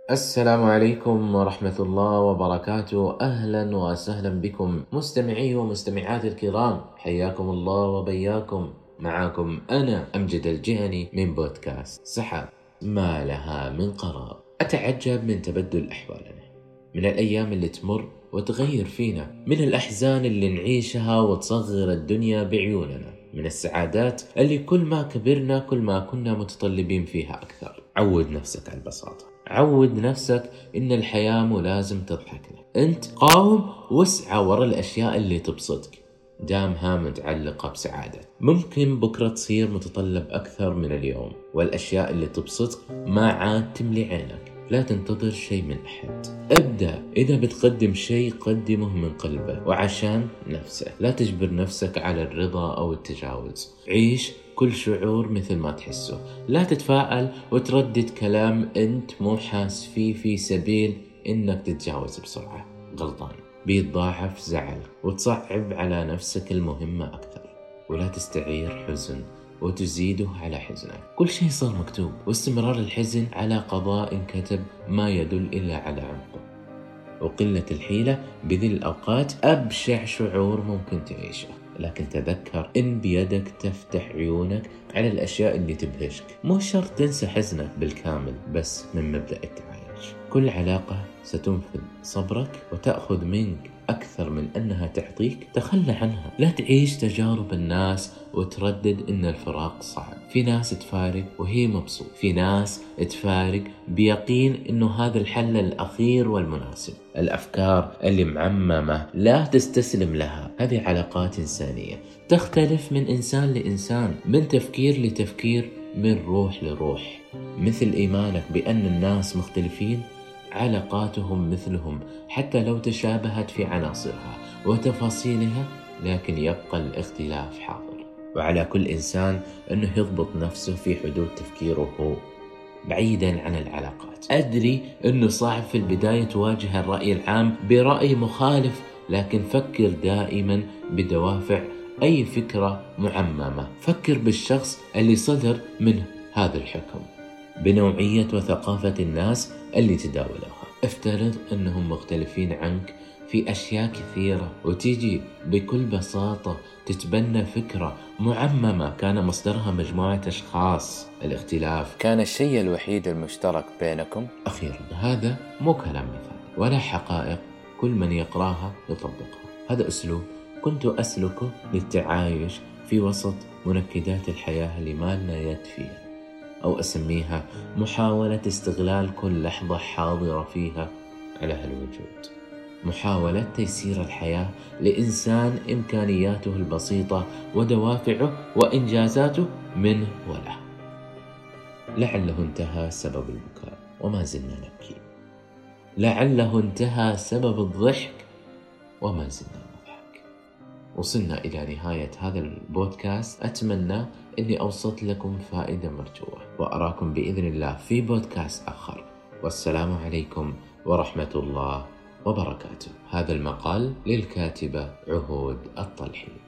السلام عليكم ورحمة الله وبركاته. أهلا وسهلا بكم مستمعي ومستمعات الكرام، حياكم الله وبياكم. معاكم أنا أمجد الجهني من بودكاست سحاب ما لها من قرار. أتعجب من تبدل أحوالنا، من الأيام اللي تمر وتغير فينا، من الأحزان اللي نعيشها وتصغر الدنيا بعيوننا، من السعادات اللي كل ما كبرنا كل ما كنا متطلبين فيها أكثر. عود نفسك على البساطة، عود نفسك إن الحياة مو لازم تضحك لك. أنت قاوم واسعى ورا الأشياء اللي تبسطك، دامها متعلقة بسعادة. ممكن بكرة تصير متطلب أكثر من اليوم، والأشياء اللي تبسطك ما عاد تملي عينك. لا تنتظر شيء من أحد، ابدأ. إذا بتقدم شيء قدمه من قلبه وعشان نفسه. لا تجبر نفسك على الرضا أو التجاوز. عيش كل شعور مثل ما تحسه. لا تتفائل وتردد كلام أنت مو حاس فيه في سبيل إنك تتجاوز بسرعة. غلطان، بيتضاعف زعل وتصعب على نفسك المهمة أكثر. ولا تستعير حزن وتزيده على حزنك. كل شيء صار مكتوب، واستمرار الحزن على قضاء كتب ما يدل إلا على عمقه. وقلة الحيلة بذي الأوقات أبشع شعور ممكن تعيشه. لكن تذكر إن بيدك تفتح عيونك على الأشياء اللي تبهجك. مو شرط تنسى حزنك بالكامل، بس من مبدأ التعايش. كل علاقة ستنفذ صبرك وتأخذ منك أكثر من أنها تعطيك. تخلى عنها. لا تعيش تجارب الناس وتردد إن الفراق صعب. في ناس تفارق وهي مبسوط، في ناس تفارق بيقين إنه هذا الحل الأخير والمناسب. الأفكار اللي معممة لا تستسلم لها. هذه علاقات إنسانية تختلف من إنسان لإنسان، من تفكير لتفكير، من روح لروح. مثل إيمانك بأن الناس مختلفين، علاقاتهم مثلهم حتى لو تشابهت في عناصرها وتفاصيلها، لكن يبقى الاختلاف حاضر. وعلى كل إنسان أنه يضبط نفسه في حدود تفكيره هو، بعيدا عن العلاقات. أدري أنه صعب في البداية تواجه الرأي العام برأي مخالف، لكن فكر دائما بدوافع أي فكرة معممة. فكر بالشخص اللي صدر منه هذا الحكم، بنوعية وثقافة الناس اللي تداولوها. افترض أنهم مختلفين عنك في أشياء كثيرة، وتيجي بكل بساطة تتبنى فكرة معممة كان مصدرها مجموعة أشخاص. الاختلاف كان الشيء الوحيد المشترك بينكم. أخيرا، هذا مو كلام مثال ولا حقائق كل من يقراها يطبقها. هذا أسلوب كنت أسلكه للتعايش في وسط منكدات الحياة اللي ما لنا يد فيها، أو أسميها محاولة استغلال كل لحظة حاضرة فيها على هالوجود. محاولة تيسير الحياة لإنسان إمكانياته البسيطة ودوافعه وإنجازاته منه وله. لعله انتهى سبب البكاء وما زلنا نبكي. لعله انتهى سبب الضحك وما زلنا نضحك. وصلنا إلى نهاية هذا البودكاست. أتمنى أني أوصلت لكم فائدة مرجوة، وأراكم بإذن الله في بودكاست آخر. والسلام عليكم ورحمة الله وبركاته. هذا المقال للكاتبة عهود الطلحي.